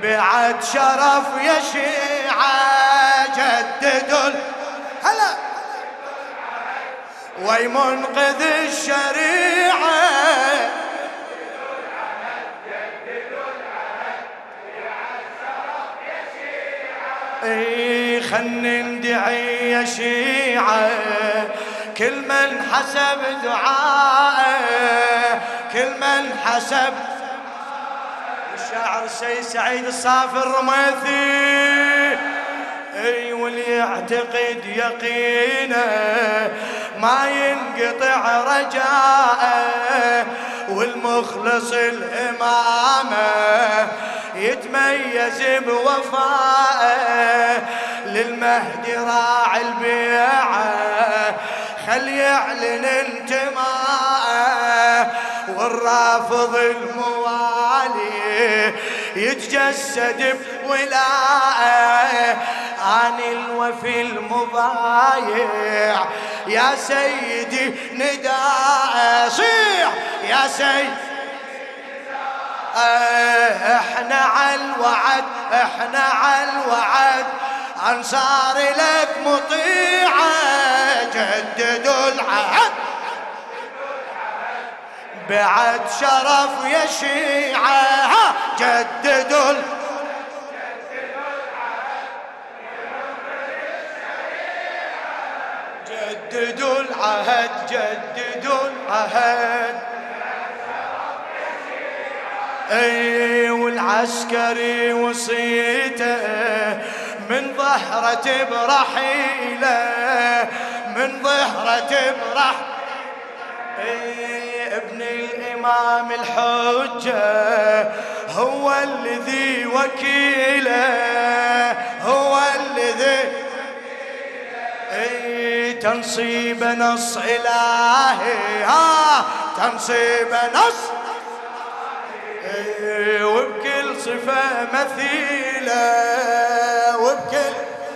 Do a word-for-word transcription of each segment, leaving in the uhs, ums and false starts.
بعد شرف يا شيعة جددوا هلا ويمنقذ الشريعة اي خلنا ندعي يا شيعة كل من حسب دعاءه كل من حسب. الشاعر السيد سعيد الصافي الرميثي اي واللي يعتقد يقينه ما ينقطع رجاءه والمخلص الإمامة يتميز بوفائه للمهدي راعي البيعة خل يعلن انتمائه والرافض الموالي يتجسد بولائه أنا الوفي المبايع يا سيدي نداء صيح يا سيدي احنا على الوعد احنا على الوعد انصار لك مطيعة جددوا العهد بعد شرف يا شيعة جددوا جددوا العهد جددوا العهد اي والعسكري وصيته من ظهرة برحيله من ظهرة برح اي ابن الامام الحجة هو الذي وكيله هو الذي اي تنصيب نص الهي ها تنصيب نص اي وبكل صفة مثيلة وبكل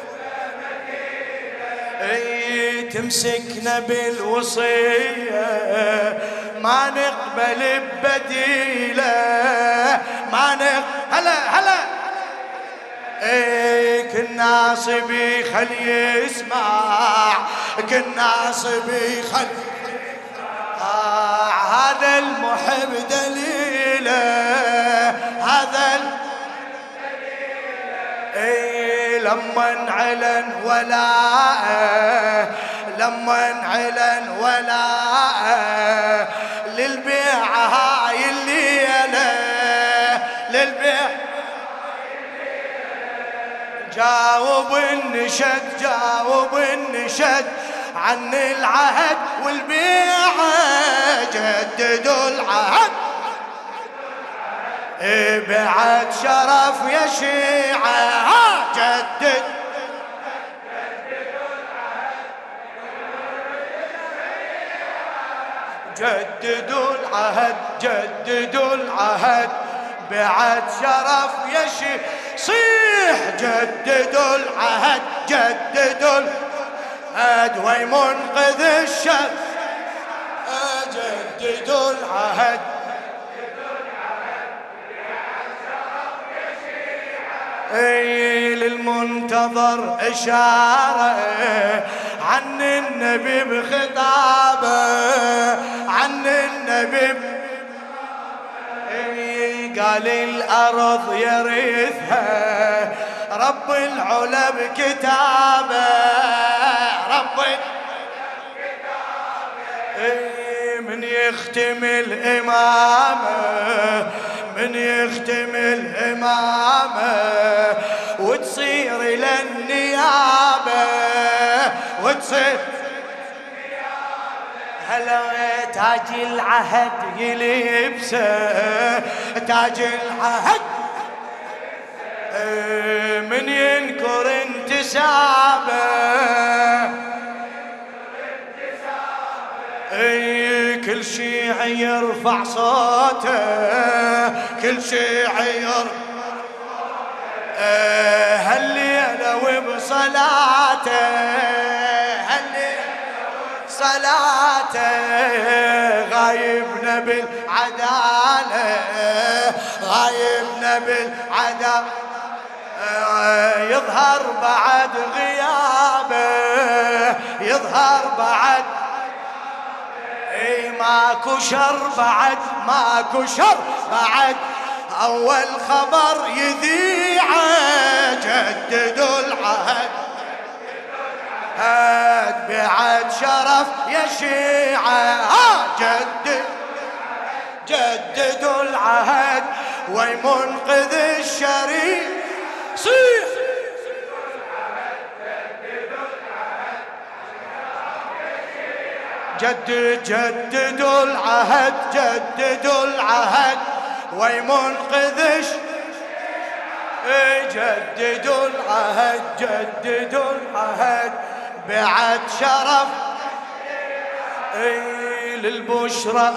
اي تمسكنا بالوصية ما نقبل ببديلة ما نقبل هلا هلا اي كل ناصبي خل يسمع كل ناصبي خل آه هذا المحب دليله هذا ال... اي لما علن ولاءه لما علن ولاءه للبيعة هاي الليلة للبيع جاوب النشد جاوب النشد عن العهد والبيعة جددوا العهد إيه بعد شرف يا شيعة جدد جددوا العهد جددوا العهد بعد شرف يا شيعة صيح جددوا العهد جددوا العهد ويمنقذ الشر جددوا العهد اي للمنتظر اشاره عن النبي بخطابه عن النبي اي قال الارض يرثها رب العلا بكتابه رب اي من يختم الامامه من يختم الامامه وتصير الى النيابه وتصير هلا تاج العهد يلبسه تاج العهد من ينكر انتسابه كل شيعي يرفع صوته كل شيعي يرفع هالليلة وبصلاته هالليلة صلاته غايبنا بالعدالة غايبنا بالعدالة يظهر بعد غيابه يظهر بعد اي ماكو شر بعد ماكو شر بعد اول خبر يذيعه جددوا العهد بعد شرف يا شيعة جدد جددوا العهد ويمنقذ الشريف صيح جدد جددوا العهد جددوا العهد ويمنقذ جددوا العهد جددوا العهد بعد شرف للبشرى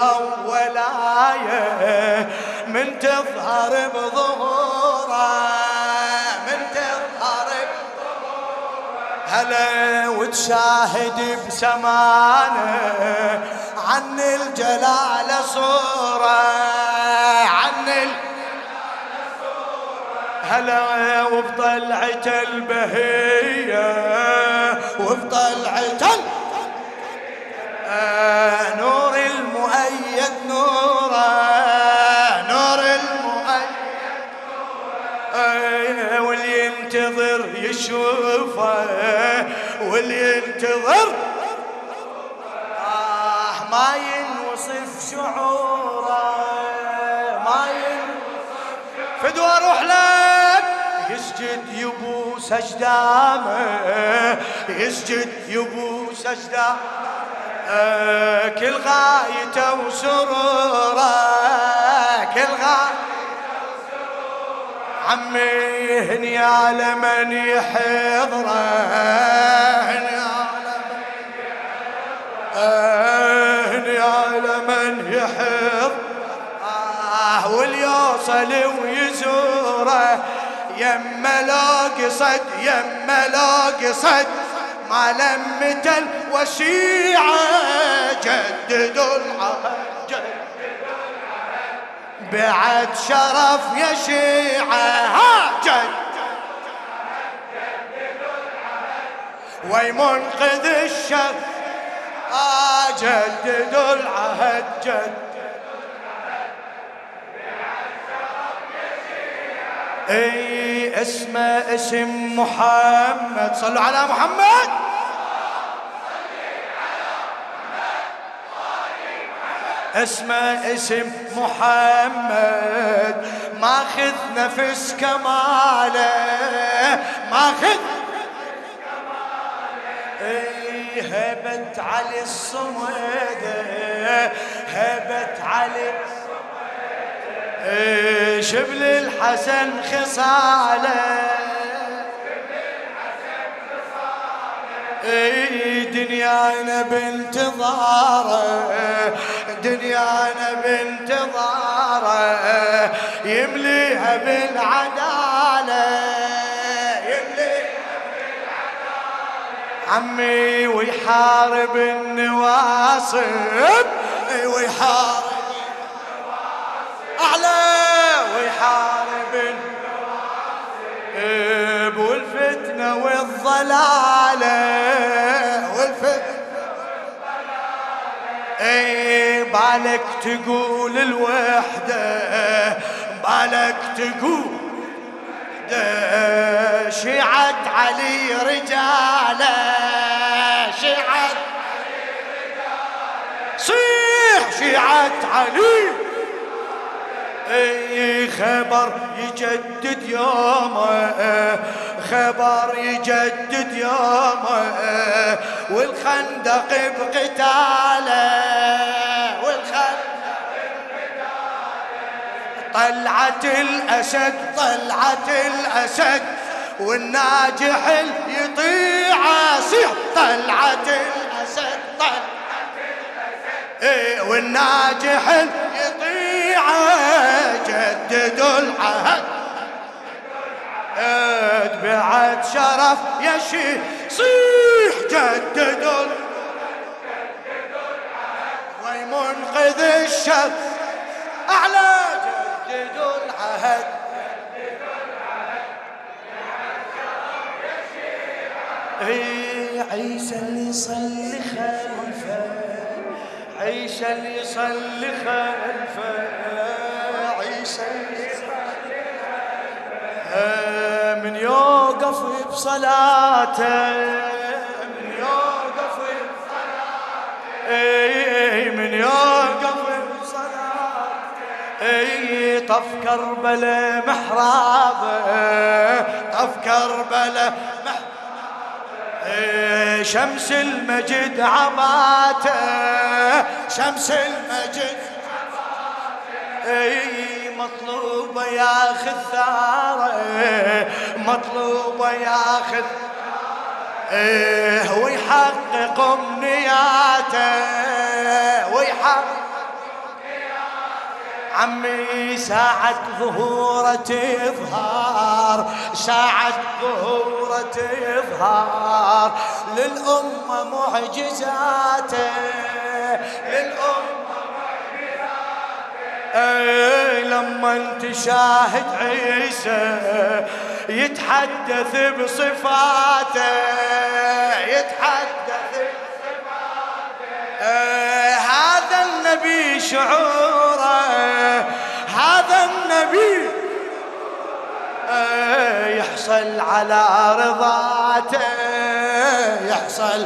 أولاية من تظهر بظهوره من تظهر بظهوره هلا وتشاهد بسمانه عن الجلال صورة عن الجلال صورة هلا وبطلعته البهية وبطلعته آه نور المؤيد نوره نور المؤيد نوره آه واللي ينتظر يشوفه واللي ينتظر آه ما ينوصف شعوره ما ينوصف فدوى اروح لك يسجد يبوس اجدامه يسجد يبوس اجدامه آه كل غايته وسروره كل غايته وسروره عمي هني على من يحضره هني على من يحضره آه هني على من يحضره آه واليوصل ويزوره يما لو قصد يما لو قصد ما لمت الوشيعة جددوا العهد جددوا العهد بعد شرف يا شيعة ها جددوا العهد جددوا العهد ويمنقذ الشر آه جددوا العهد جددوا العهد بعد شرف يا شيعة اي اسمه اسم محمد صلوا على محمد اسمه اسم محمد ماخذ نفس كماله ماخذ اي هبت علي الصمد هبت علي اي شبل الحسن خصاله اي دنيانا بانتظاره دنيانا بانتظاره يمليها بالعدالة يمليها بالعدالة عمي ويحارب النواصب ويحارب النواصب أعلى ويحارب النواصب والفتنة والضلالة اي بالك تقول الوحدة بالك تقول ده شيعة علي رجالة شيعة علي رجالة صيح شيعة علي اي خبر يجدد يومه خبر يجدد يومه والخندق بقتاله والخندق بقتاله طلعت الاسد طلعت الاسد والناجح اللي يطيع صيح طلعت الاسد طلعت الاسد ايه والناجح اللي يطيع جددوا العهد بعد شرف يا شي صيح جددوا ويمر منقذ الشر أعلى جددوا العهد عيسى اللي يصلي خلفه عيسى اللي يصلي خلفه عيسى اللي يصلي خلفه من يوقف بصلاته من يوقف بصلاته من يوقف بصلاته طف كربلاء محرابه طف كربلاء محرابه شمس المجد عباته شمس المجد عباته مطلوبة ياخذ ثاره مطلوبة ياخذ ثاره ويحقق امنياته ويحقق عمي ساعة ظهوره تظهر ساعة ظهوره تظهر للأمة معجزاته للأمة معجزاته لما انت شاهد عيسى يتحدث بصفاته يتحدث بصفاته هذا النبي شعوره هذا النبي يحصل على رضاته يحصل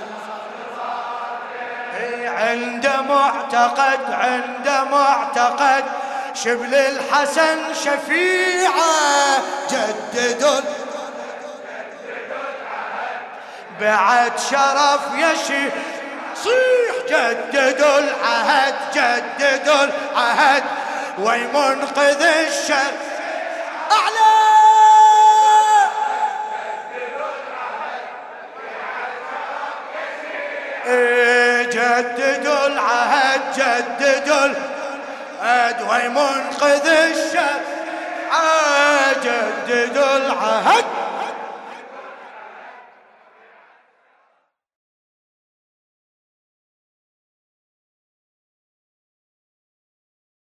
عنده معتقد عنده معتقد شبل الحسن شفيعه جددوا بعد شرف يشي صيح جددوا العهد جددوا العهد ويمنقذ الشر أعلى جددوا العهد جددوا العهد ويمنقذ الشر جددوا العهد